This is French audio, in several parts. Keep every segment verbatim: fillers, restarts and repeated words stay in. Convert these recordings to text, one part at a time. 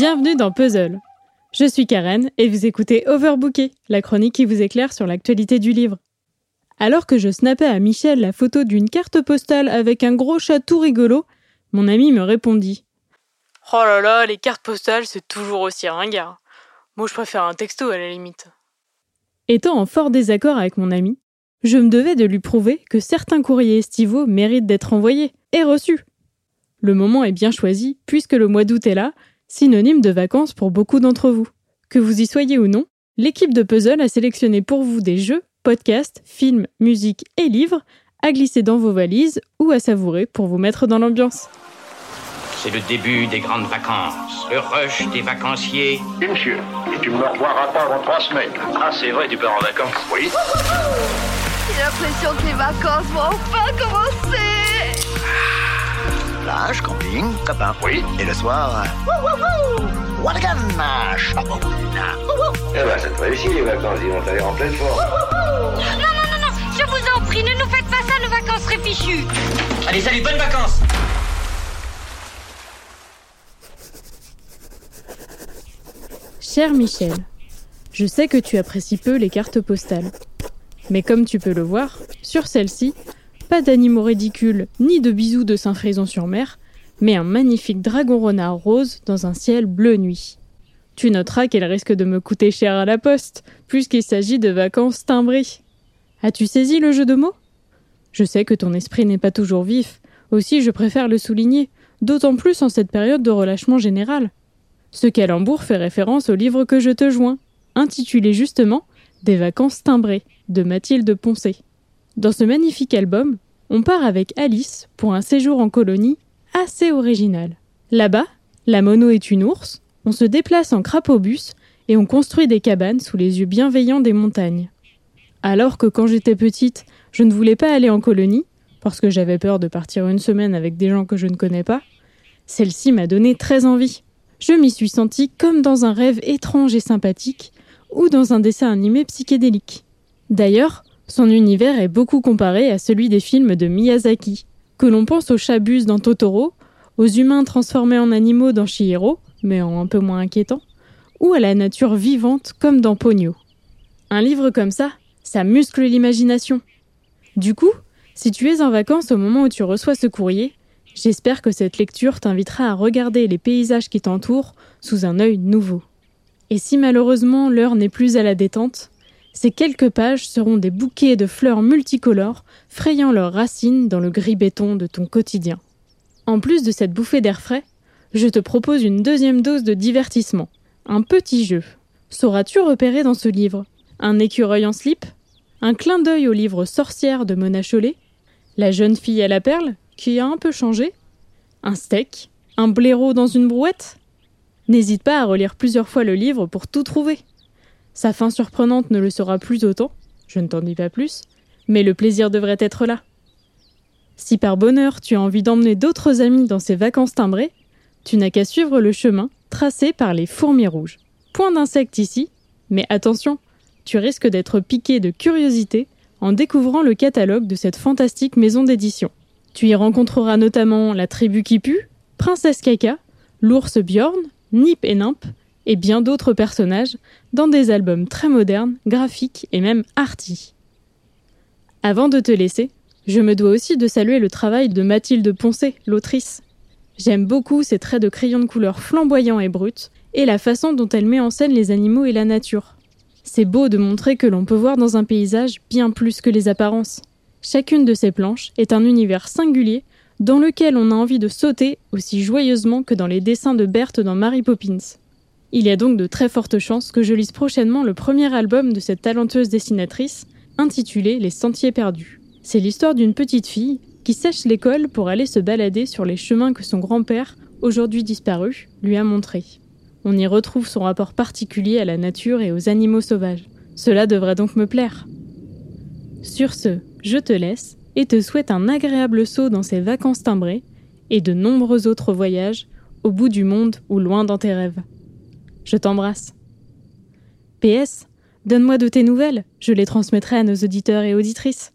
Bienvenue dans Puzzle. Je suis Karen et vous écoutez Overbooké, la chronique qui vous éclaire sur l'actualité du livre. Alors que je snappais à Michel la photo d'une carte postale avec un gros chat tout rigolo, mon ami me répondit « Oh là là, les cartes postales, c'est toujours aussi ringard. Moi, je préfère un texto à la limite. » Étant en fort désaccord avec mon ami, je me devais de lui prouver que certains courriers estivaux méritent d'être envoyés et reçus. Le moment est bien choisi puisque le mois d'août est là, synonyme de vacances pour beaucoup d'entre vous. Que vous y soyez ou non, l'équipe de Puzzle a sélectionné pour vous des jeux, podcasts, films, musique et livres à glisser dans vos valises ou à savourer pour vous mettre dans l'ambiance. C'est le début des grandes vacances, le rush des vacanciers. Oui, monsieur, et tu ne me revoiras pas avant trois semaines. Ah, c'est vrai, tu pars en vacances. Oui. J'ai l'impression que les vacances vont enfin commencer. Plage, camping, copains. Oui. Et le soir, wouhouhou, Wadagan, chapeau. Eh ben, ça te réussit les vacances, ils vont t'aller en pleine forme. Non, non, non, non, je vous en prie, ne nous faites pas ça, nos vacances seraient fichues. Allez, salut, bonnes vacances. Cher Michel, je sais que tu apprécies peu les cartes postales. Mais comme tu peux le voir, sur celle-ci, pas d'animaux ridicules ni de bisous de Saint-Frison-sur-Mer, mais un magnifique dragon renard rose dans un ciel bleu nuit. Tu noteras qu'elle risque de me coûter cher à la poste, puisqu'il s'agit de vacances timbrées. As-tu saisi le jeu de mots ? Je sais que ton esprit n'est pas toujours vif, aussi je préfère le souligner, d'autant plus en cette période de relâchement général. Ce calembour fait référence au livre que je te joins, intitulé justement « Des vacances timbrées » de Mathilde Poncet. Dans ce magnifique album, on part avec Alice pour un séjour en colonie assez original. Là-bas, la mono est une ours, on se déplace en crapaud-bus et on construit des cabanes sous les yeux bienveillants des montagnes. Alors que quand j'étais petite, je ne voulais pas aller en colonie, parce que j'avais peur de partir une semaine avec des gens que je ne connais pas, celle-ci m'a donné très envie. Je m'y suis sentie comme dans un rêve étrange et sympathique, ou dans un dessin animé psychédélique. D'ailleurs, son univers est beaucoup comparé à celui des films de Miyazaki, que l'on pense aux chats bus dans Totoro, aux humains transformés en animaux dans Chihiro, mais en un peu moins inquiétant, ou à la nature vivante comme dans Ponyo. Un livre comme ça, ça muscle l'imagination. Du coup, si tu es en vacances au moment où tu reçois ce courrier, j'espère que cette lecture t'invitera à regarder les paysages qui t'entourent sous un œil nouveau. Et si malheureusement l'heure n'est plus à la détente, ces quelques pages seront des bouquets de fleurs multicolores frayant leurs racines dans le gris béton de ton quotidien. En plus de cette bouffée d'air frais, je te propose une deuxième dose de divertissement, un petit jeu. Sauras-tu repérer dans ce livre un écureuil en slip, un clin d'œil au livre Sorcière de Mona Chollet, la jeune fille à la perle qui a un peu changé, un steak, un blaireau dans une brouette ? N'hésite pas à relire plusieurs fois le livre pour tout trouver. Sa fin surprenante ne le sera plus autant, je ne t'en dis pas plus, mais le plaisir devrait être là. Si par bonheur tu as envie d'emmener d'autres amis dans ces vacances timbrées, tu n'as qu'à suivre le chemin tracé par les fourmis rouges. Point d'insectes ici, mais attention, tu risques d'être piqué de curiosité en découvrant le catalogue de cette fantastique maison d'édition. Tu y rencontreras notamment la tribu qui pue, Princesse Caca, l'ours Bjorn, Nip et Nimp, et bien d'autres personnages dans des albums très modernes, graphiques et même arty. Avant de te laisser, je me dois aussi de saluer le travail de Mathilde Poncet, l'autrice. J'aime beaucoup ses traits de crayon de couleur flamboyants et bruts et la façon dont elle met en scène les animaux et la nature. C'est beau de montrer que l'on peut voir dans un paysage bien plus que les apparences. Chacune de ces planches est un univers singulier dans lequel on a envie de sauter aussi joyeusement que dans les dessins de Berthe dans Mary Poppins. Il y a donc de très fortes chances que je lise prochainement le premier album de cette talentueuse dessinatrice, intitulé Les Sentiers perdus. C'est l'histoire d'une petite fille qui sèche l'école pour aller se balader sur les chemins que son grand-père, aujourd'hui disparu, lui a montrés. On y retrouve son rapport particulier à la nature et aux animaux sauvages. Cela devrait donc me plaire. Sur ce, je te laisse et te souhaite un agréable saut dans ces vacances timbrées et de nombreux autres voyages au bout du monde ou loin dans tes rêves. Je t'embrasse. P S, donne-moi de tes nouvelles, je les transmettrai à nos auditeurs et auditrices.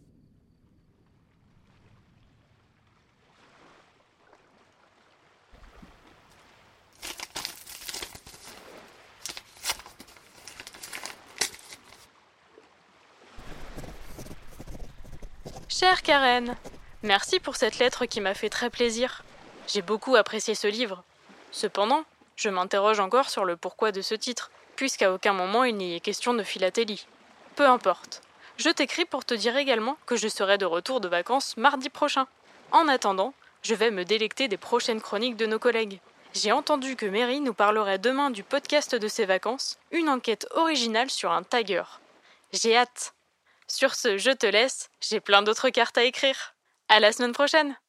Chère Karen, merci pour cette lettre qui m'a fait très plaisir. J'ai beaucoup apprécié ce livre. Cependant, je m'interroge encore sur le pourquoi de ce titre, puisqu'à aucun moment il n'y est question de philatélie. Peu importe. Je t'écris pour te dire également que je serai de retour de vacances mardi prochain. En attendant, je vais me délecter des prochaines chroniques de nos collègues. J'ai entendu que Mary nous parlerait demain du podcast de ses vacances, une enquête originale sur un tiger. J'ai hâte. Sur ce, je te laisse, j'ai plein d'autres cartes à écrire. À la semaine prochaine!